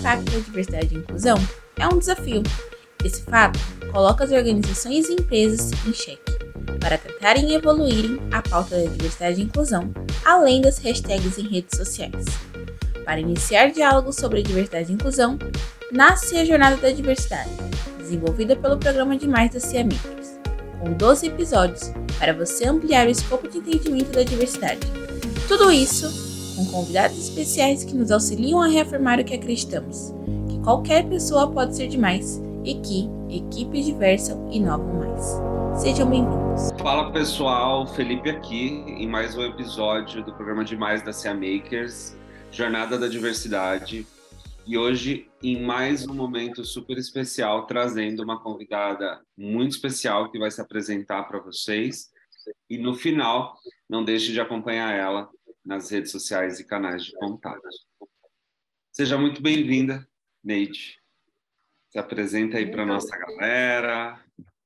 impacto da diversidade e inclusão é um desafio. Esse fato coloca as organizações e empresas em xeque para tentarem e evoluírem a pauta da diversidade e inclusão, além das hashtags em redes sociais. Para iniciar diálogos sobre diversidade e inclusão, nasce a Jornada da Diversidade, desenvolvida pelo Programa de Mais da CIA Makers, com 12 episódios para você ampliar o escopo de entendimento da diversidade. Tudo isso com convidados especiais que nos auxiliam a reafirmar o que acreditamos, que qualquer pessoa pode ser demais e que equipes diversas inovam mais. Sejam bem-vindos. Fala pessoal, Felipe aqui em mais um episódio do Programa de Mais da CIA Makers, Jornada da Diversidade. E hoje, em mais um momento super especial, trazendo uma convidada muito especial que vai se apresentar para vocês. E no final, não deixe de acompanhar ela nas redes sociais e canais de contato. Seja muito bem-vinda, Neide. Se apresenta aí para a nossa galera.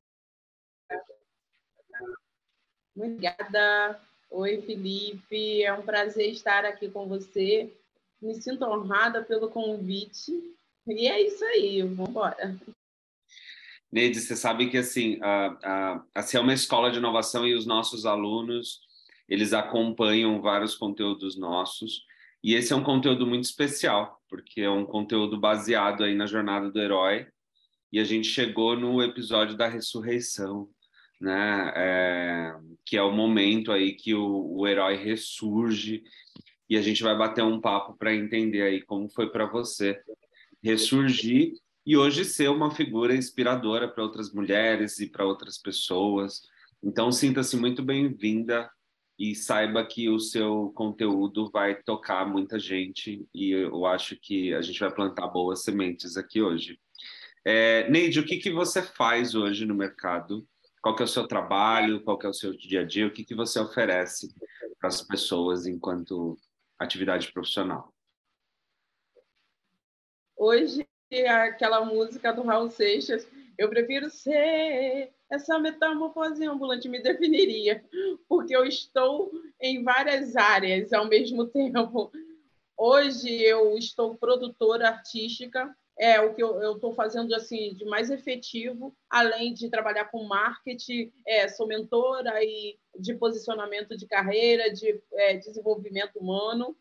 Muito obrigada. Oi, Felipe. É um prazer estar aqui com você. Me sinto honrada pelo convite. E é isso aí, vamos embora. Neide, você sabe que assim é uma escola de inovação e os nossos alunos, eles acompanham vários conteúdos nossos. E esse é um conteúdo muito especial, porque é um conteúdo baseado aí na jornada do herói. E a gente chegou no episódio da ressurreição, né? Que é o momento aí que o herói ressurge. E a gente vai bater um papo para entender aí como foi para você ressurgir e hoje ser uma figura inspiradora para outras mulheres e para outras pessoas. Então, sinta-se muito bem-vinda e saiba que o seu conteúdo vai tocar muita gente e eu acho que a gente vai plantar boas sementes aqui hoje. Neide, o que você faz hoje no mercado? Qual que é o seu trabalho? Qual que é o seu dia a dia? O que você oferece para as pessoas enquanto atividade profissional? Hoje, aquela música do Raul Seixas, eu prefiro ser, essa metamorfose ambulante me definiria, porque eu estou em várias áreas ao mesmo tempo. Hoje eu estou produtora artística, é o que eu estou fazendo assim de mais efetivo, além de trabalhar com marketing, sou mentora e de posicionamento de carreira, de desenvolvimento humano.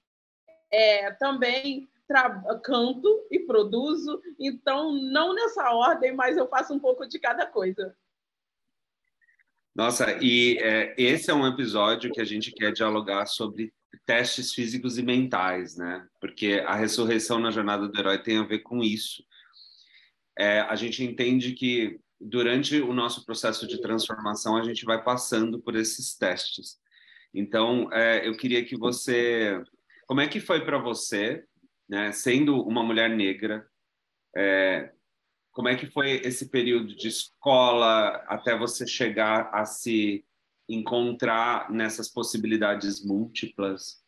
Também canto e produzo, então não nessa ordem, mas eu faço um pouco de cada coisa. Nossa, e esse é um episódio que a gente quer dialogar sobre testes físicos e mentais, né? Porque a ressurreição na jornada do herói tem a ver com isso. A gente entende que durante o nosso processo de transformação a gente vai passando por esses testes. Então, eu queria que você... Como é que foi para você, né, sendo uma mulher negra, como é que foi esse período de escola até você chegar a se encontrar nessas possibilidades múltiplas?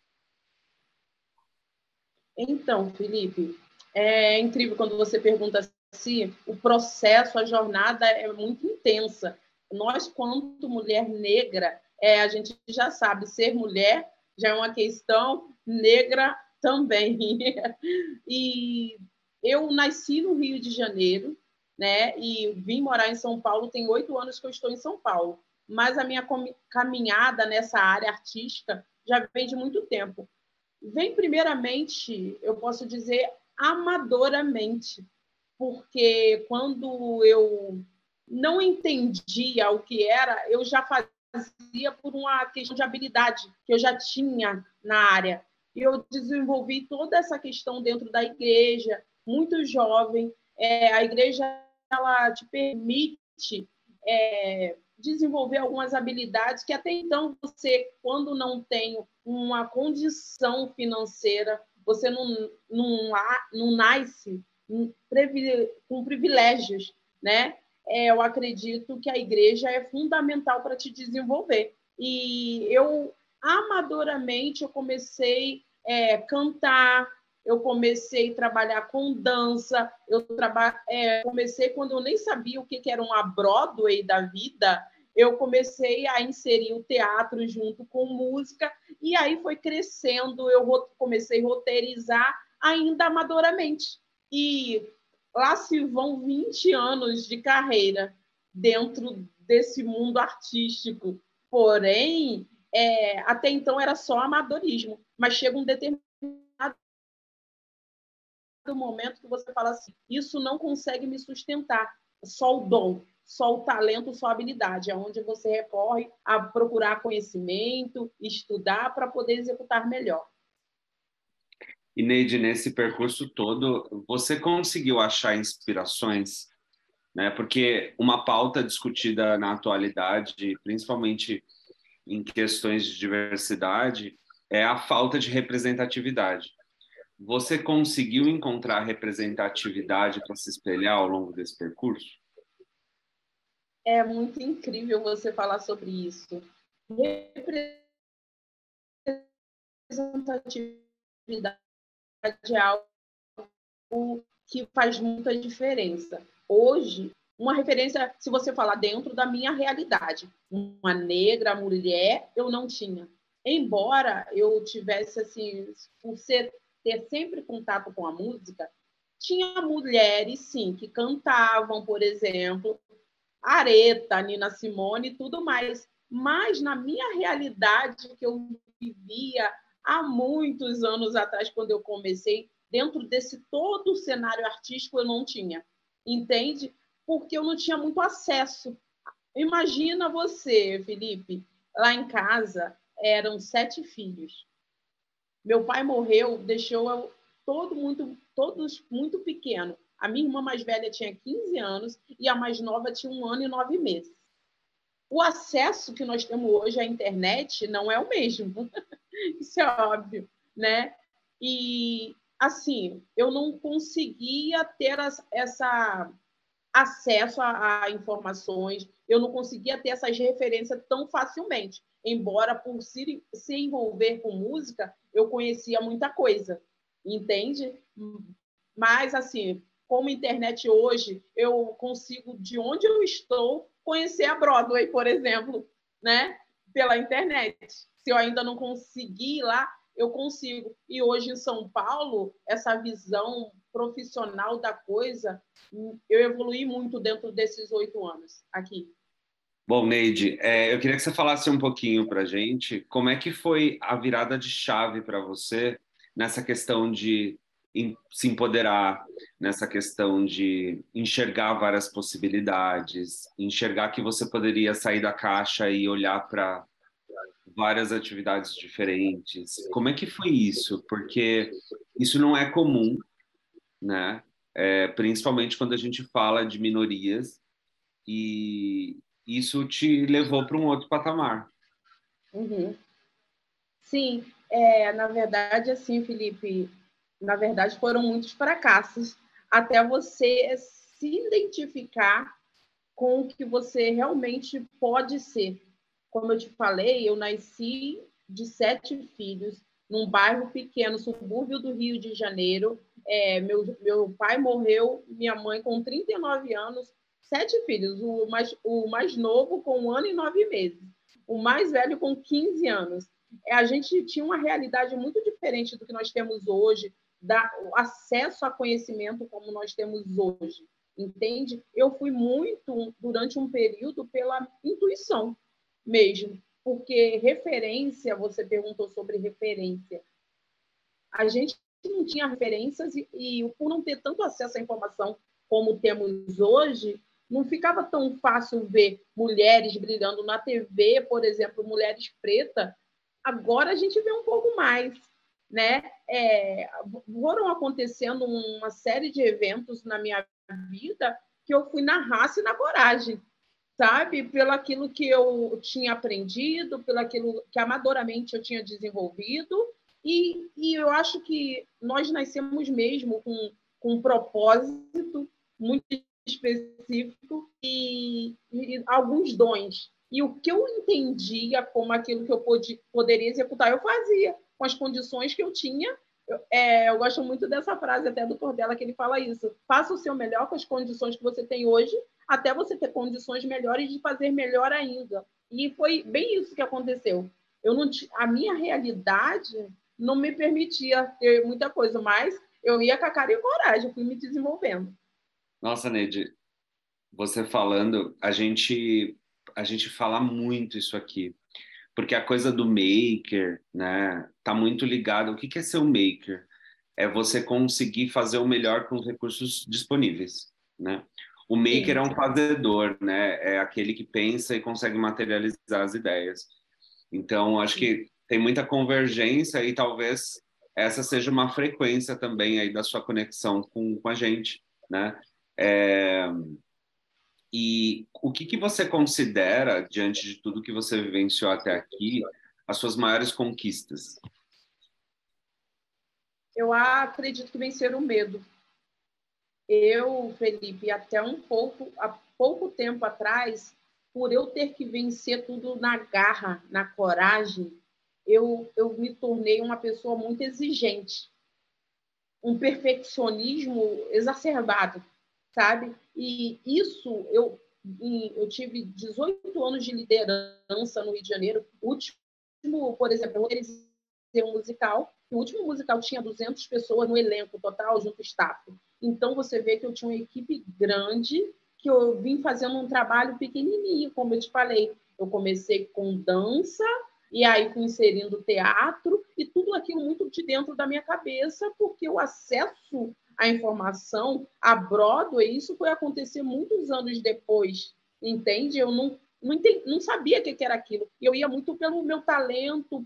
Então, Felipe, é incrível quando você pergunta assim, o processo, a jornada é muito intensa. Nós, quanto mulher negra, a gente já sabe, ser mulher já é uma questão, negra também. E eu nasci no Rio de Janeiro, né? E vim morar em São Paulo, tem 8 anos que eu estou em São Paulo. Mas a minha caminhada nessa área artística já vem de muito tempo. Vem primeiramente, eu posso dizer, amadoramente, porque quando eu não entendia o que era, eu já fazia por uma questão de habilidade que eu já tinha na área. E eu desenvolvi toda essa questão dentro da igreja, muito jovem. A igreja ela te permite desenvolver algumas habilidades que até então você, quando não tem uma condição financeira, você não nasce com privilégios, né? Eu acredito que a igreja é fundamental para te desenvolver. E eu, amadoramente, eu comecei a cantar, eu comecei a trabalhar com dança, comecei quando eu nem sabia o que era uma Broadway da vida, eu comecei a inserir o teatro junto com música, e aí foi crescendo, eu comecei a roteirizar ainda amadoramente. E lá se vão 20 anos de carreira dentro desse mundo artístico. Porém, até então era só amadorismo, mas chega um determinado momento que você fala assim, isso não consegue me sustentar, só o dom, só o talento, só a habilidade, é onde você recorre a procurar conhecimento, estudar para poder executar melhor. E, Neide, nesse percurso todo, você conseguiu achar inspirações, né? Porque uma pauta discutida na atualidade, principalmente em questões de diversidade, é a falta de representatividade. Você conseguiu encontrar representatividade para se espelhar ao longo desse percurso? É muito incrível você falar sobre isso. Representatividade é algo que faz muita diferença. Hoje, uma referência, se você falar dentro da minha realidade, uma negra, mulher, eu não tinha. Embora eu tivesse, assim, por ter sempre contato com a música, tinha mulheres, sim, que cantavam, por exemplo, Aretha, Nina Simone e tudo mais. Mas na minha realidade que eu vivia há muitos anos atrás, quando eu comecei, dentro desse todo o cenário artístico eu não tinha, entende? Porque eu não tinha muito acesso. Imagina você, Felipe, lá em casa eram 7 filhos. Meu pai morreu, deixou todos muito pequenos. A minha irmã mais velha tinha 15 anos e a mais nova tinha 1 ano e 9 meses. O acesso que nós temos hoje à internet não é o mesmo. Isso é óbvio, né? E, assim, eu não conseguia ter essa acesso a informações, eu não conseguia ter essas referências tão facilmente. Embora, por se envolver com música, eu conhecia muita coisa, entende? Mas, assim, como internet hoje, eu consigo, de onde eu estou, conhecer a Broadway, por exemplo, né? Pela internet. Se eu ainda não consegui ir lá, eu consigo. E hoje em São Paulo, essa visão profissional da coisa, eu evoluí muito dentro desses 8 anos aqui. Bom, Neide, eu queria que você falasse um pouquinho para a gente como é que foi a virada de chave para você nessa questão de se empoderar, nessa questão de enxergar várias possibilidades, enxergar que você poderia sair da caixa e olhar para várias atividades diferentes. Como é que foi isso? Porque isso não é comum, né? Principalmente quando a gente fala de minorias e isso te levou para um outro patamar. Uhum. Sim, na verdade, assim, Felipe, na verdade foram muitos fracassos até você se identificar com o que você realmente pode ser. Como eu te falei, eu nasci de 7 filhos num bairro pequeno, subúrbio do Rio de Janeiro. Meu pai morreu, minha mãe com 39 anos, 7 filhos, o mais novo com 1 ano e 9 meses, o mais velho com 15 anos. A gente tinha uma realidade muito diferente do que nós temos hoje, o acesso a conhecimento como nós temos hoje, entende? Eu fui muito, durante um período, pela intuição mesmo, porque referência, você perguntou sobre referência, a gente não tinha referências e por não ter tanto acesso à informação como temos hoje, não ficava tão fácil ver mulheres brilhando na TV, por exemplo, mulheres pretas. Agora a gente vê um pouco mais, né? Foram acontecendo uma série de eventos na minha vida que eu fui na raça e na coragem, sabe? Pelo aquilo que eu tinha aprendido, pelo aquilo que amadoramente eu tinha desenvolvido. E eu acho que nós nascemos mesmo com um propósito muito específico e alguns dons. E o que eu entendia como aquilo que eu poderia executar, eu fazia, com as condições que eu tinha. Eu gosto muito dessa frase até do Cortella, que ele fala isso. Faça o seu melhor com as condições que você tem hoje, até você ter condições melhores de fazer melhor ainda. E foi bem isso que aconteceu. A minha realidade não me permitia ter muita coisa, mas eu ia com a cara e coragem, fui me desenvolvendo. Nossa, Neide, você falando, a gente fala muito isso aqui, porque a coisa do maker, né, tá muito ligado. O que que é ser um maker? É você conseguir fazer o melhor com os recursos disponíveis, né? O maker Sim, é um fazedor, né? É aquele que pensa e consegue materializar as ideias. Então, acho sim. que tem muita convergência e talvez essa seja uma frequência também aí da sua conexão com a gente, né? É, e o que que você considera, diante de tudo que você vivenciou até aqui, as suas maiores conquistas? Eu acredito que vencer o medo. Eu, Felipe, há pouco tempo atrás, por eu ter que vencer tudo na garra, na coragem, eu me tornei uma pessoa muito exigente, um perfeccionismo exacerbado, sabe? E isso eu tive 18 anos de liderança no Rio de Janeiro. O último, por exemplo, eu realizei um musical. O último musical tinha 200 pessoas no elenco total, junto ao staff. Então, você vê que eu tinha uma equipe grande, que eu vim fazendo um trabalho pequenininho, como eu te falei. Eu comecei com dança, e aí fui inserindo teatro, e tudo aquilo muito de dentro da minha cabeça, porque o acesso à informação, a Broadway, isso foi acontecer muitos anos depois, entende? Eu não sabia o que era aquilo. E eu ia muito pelo meu talento,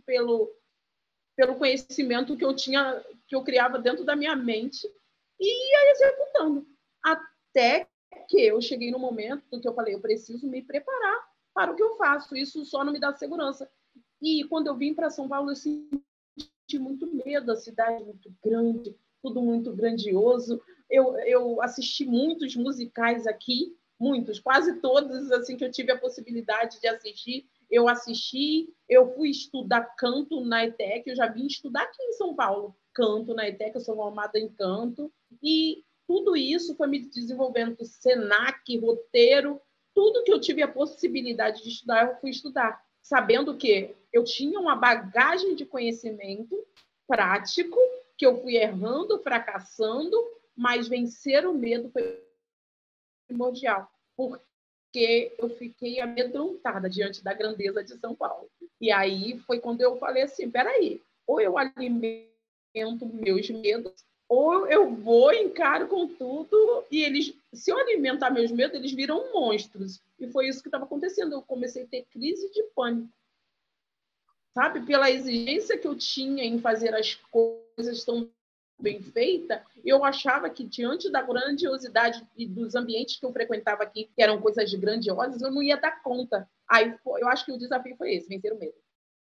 pelo conhecimento que eu tinha, que eu criava dentro da minha mente, e ia executando. Até que eu cheguei no momento que eu falei, eu preciso me preparar para o que eu faço. Isso só não me dá segurança. E quando eu vim para São Paulo, eu senti muito medo, a cidade muito grande, tudo muito grandioso. Eu assisti muitos musicais aqui, muitos, quase todos assim que eu tive a possibilidade de assistir. Eu assisti, eu fui estudar canto na ETEC, eu já vim estudar aqui em São Paulo, canto na ETEC, eu sou formada em canto, e tudo isso foi me desenvolvendo, Senac, roteiro, tudo que eu tive a possibilidade de estudar, eu fui estudar, sabendo que eu tinha uma bagagem de conhecimento prático, que eu fui errando, fracassando, mas vencer o medo foi primordial, porque eu fiquei amedrontada diante da grandeza de São Paulo. E aí foi quando eu falei assim, peraí, ou eu alimento meus medos, ou eu vou, encaro com tudo, e eles, se eu alimentar meus medos, eles viram monstros. E foi isso que estava acontecendo. Eu comecei a ter crise de pânico, sabe? Pela exigência que eu tinha em fazer as coisas tão bem feitas, eu achava que, diante da grandiosidade e dos ambientes que eu frequentava aqui, que eram coisas grandiosas, eu não ia dar conta. Aí eu acho que o desafio foi esse, vencer o medo.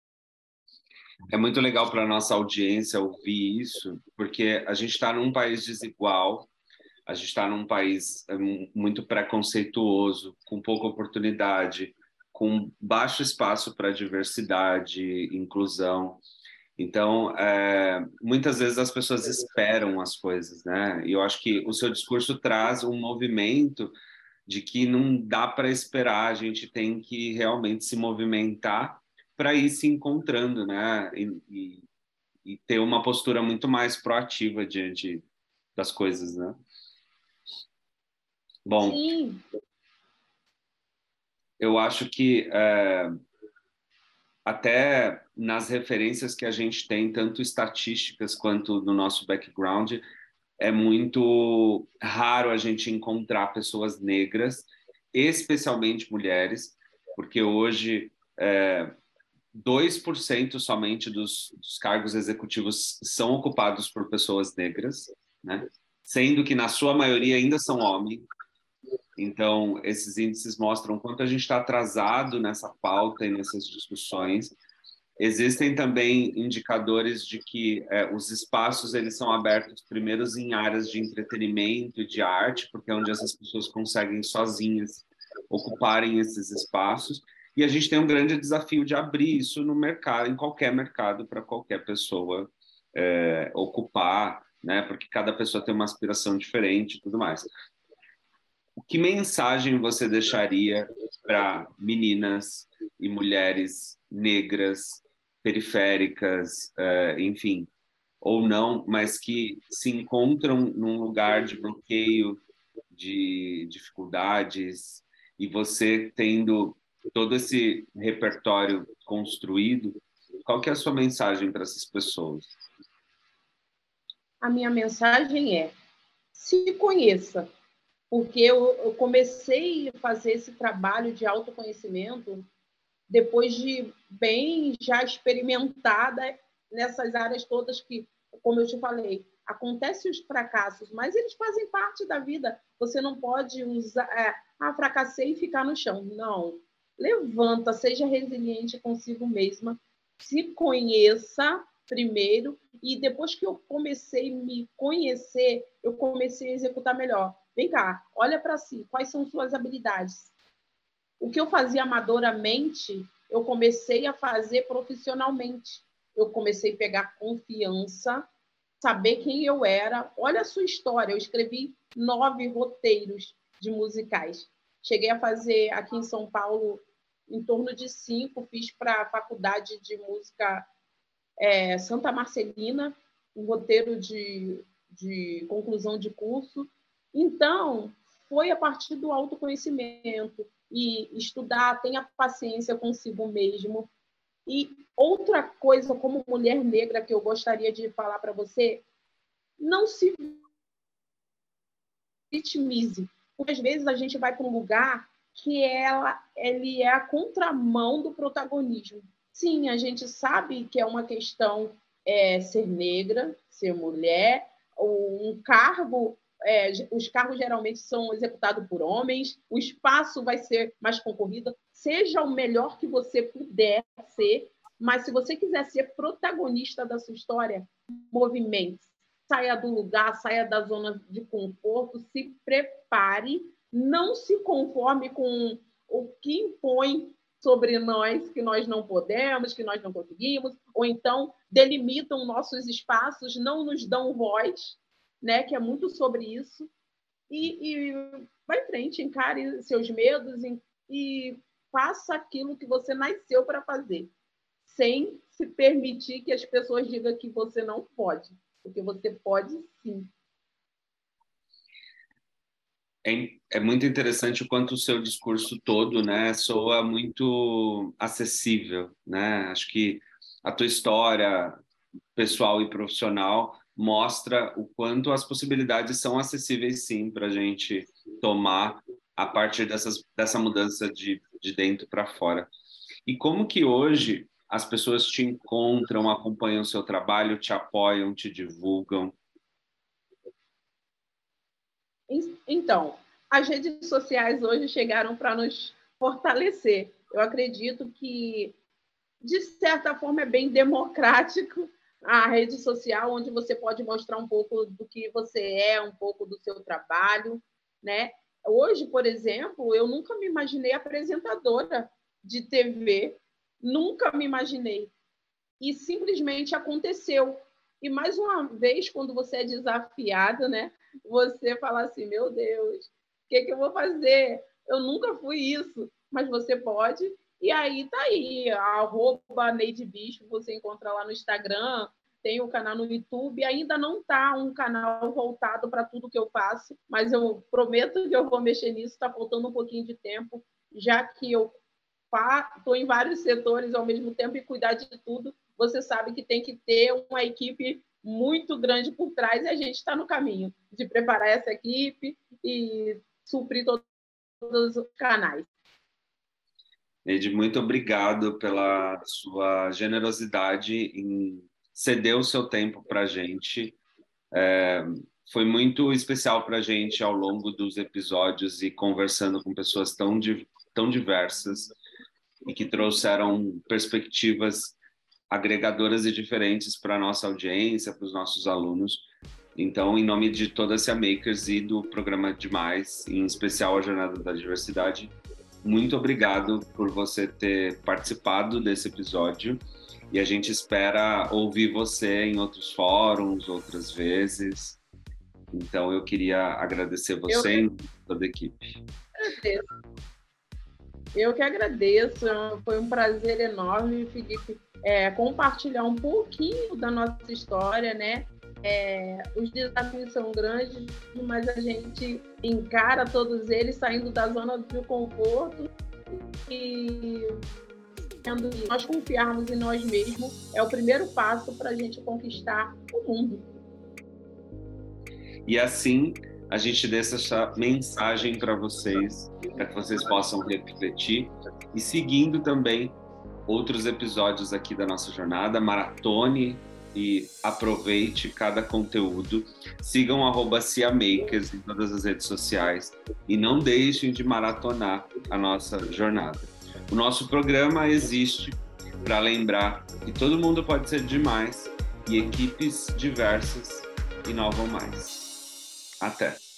É muito legal para a nossa audiência ouvir isso, porque a gente está num país desigual, a gente está num país muito preconceituoso, com pouca oportunidade, com baixo espaço para diversidade, inclusão. Então, muitas vezes as pessoas esperam as coisas, né? E eu acho que o seu discurso traz um movimento de que não dá para esperar, a gente tem que realmente se movimentar para ir se encontrando, né? E ter uma postura muito mais proativa diante das coisas, né? Bom, Sim, eu acho que até nas referências que a gente tem, tanto estatísticas quanto no nosso background, é muito raro a gente encontrar pessoas negras, especialmente mulheres, porque hoje 2% somente dos cargos executivos são ocupados por pessoas negras, né? Sendo que na sua maioria ainda são homens. Então, esses índices mostram quanto a gente está atrasado nessa pauta e nessas discussões. Existem também indicadores de que os espaços eles são abertos primeiro em áreas de entretenimento e de arte, porque é onde essas pessoas conseguem sozinhas ocuparem esses espaços. E a gente tem um grande desafio de abrir isso no mercado, em qualquer mercado, para qualquer pessoa ocupar, né? Porque cada pessoa tem uma aspiração diferente e tudo mais. Que mensagem você deixaria para meninas e mulheres negras, periféricas, enfim, ou não, mas que se encontram num lugar de bloqueio, de dificuldades, e você tendo todo esse repertório construído, qual que é a sua mensagem para essas pessoas? A minha mensagem é: se conheça, porque eu comecei a fazer esse trabalho de autoconhecimento depois de bem já experimentada nessas áreas todas que, como eu te falei, acontecem os fracassos, mas eles fazem parte da vida. Você não pode usar, fracassei e ficar no chão. Não. Levanta, seja resiliente consigo mesma, se conheça primeiro, e depois que eu comecei a me conhecer, eu comecei a executar melhor. Vem cá, olha para si, quais são suas habilidades? O que eu fazia amadoramente, eu comecei a fazer profissionalmente. Eu comecei a pegar confiança, saber quem eu era. Olha a sua história, eu escrevi 9 roteiros de musicais. Cheguei a fazer aqui em São Paulo em torno de 5, fiz para a Faculdade de Música Santa Marcelina, um roteiro de conclusão de curso. Então, foi a partir do autoconhecimento e estudar, tenha paciência consigo mesmo. E outra coisa, como mulher negra, que eu gostaria de falar para você, não se vitimize. Porque às vezes a gente vai para um lugar que ele é a contramão do protagonismo. Sim, a gente sabe que é uma questão ser negra, ser mulher, um cargo, os cargos geralmente são executados por homens, o espaço vai ser mais concorrido, seja o melhor que você puder ser, mas se você quiser ser protagonista da sua história, movimente, saia do lugar, saia da zona de conforto, se prepare, não se conforme com o que impõe sobre nós, que nós não podemos, que nós não conseguimos, ou então delimitam nossos espaços, não nos dão voz, né? Que é muito sobre isso. E vai em frente, encare seus medos e faça aquilo que você nasceu para fazer, sem se permitir que as pessoas digam que você não pode, porque você pode sim. É muito interessante o quanto o seu discurso todo, né, soa muito acessível, né? Acho que a tua história pessoal e profissional mostra o quanto as possibilidades são acessíveis, sim, para a gente tomar a partir dessa mudança de dentro para fora. E como que hoje as pessoas te encontram, acompanham o seu trabalho, te apoiam, te divulgam? Então, as redes sociais hoje chegaram para nos fortalecer. Eu acredito que, de certa forma, é bem democrático a rede social, onde você pode mostrar um pouco do que você é, um pouco do seu trabalho, né? Hoje, por exemplo, eu nunca me imaginei apresentadora de TV, nunca me imaginei. E simplesmente aconteceu. E, mais uma vez, quando você é desafiado, né? Você fala assim, meu Deus, o que eu vou fazer? Eu nunca fui isso, mas você pode. E aí tá aí, @Neide Bispo, você encontra lá no Instagram, tem o canal no YouTube, ainda não tá um canal voltado para tudo que eu faço, mas eu prometo que eu vou mexer nisso, está faltando um pouquinho de tempo, já que eu estou em vários setores ao mesmo tempo e cuidar de tudo, você sabe que tem que ter uma equipe muito grande por trás, e a gente está no caminho de preparar essa equipe e suprir todos os canais. Neide, muito obrigado pela sua generosidade em ceder o seu tempo para a gente. Foi muito especial para a gente ao longo dos episódios e conversando com pessoas tão diversas e que trouxeram perspectivas agregadoras e diferentes para a nossa audiência, para os nossos alunos. Então, em nome de toda a Cia Makers e do programa Demais, em especial a Jornada da Diversidade, muito obrigado por você ter participado desse episódio e a gente espera ouvir você em outros fóruns, outras vezes. Então, eu queria agradecer você e toda a equipe. Eu que agradeço, foi um prazer enorme, Felipe, compartilhar um pouquinho da nossa história, né? Os desafios são grandes, mas a gente encara todos eles saindo da zona do conforto e nós confiarmos em nós mesmos é o primeiro passo para a gente conquistar o mundo. E assim a gente deixa essa mensagem para vocês, para que vocês possam refletir e seguindo também outros episódios aqui da nossa jornada, maratone e aproveite cada conteúdo. Sigam @siamakers em todas as redes sociais e não deixem de maratonar a nossa jornada. O nosso programa existe para lembrar que todo mundo pode ser demais e equipes diversas inovam mais. Até!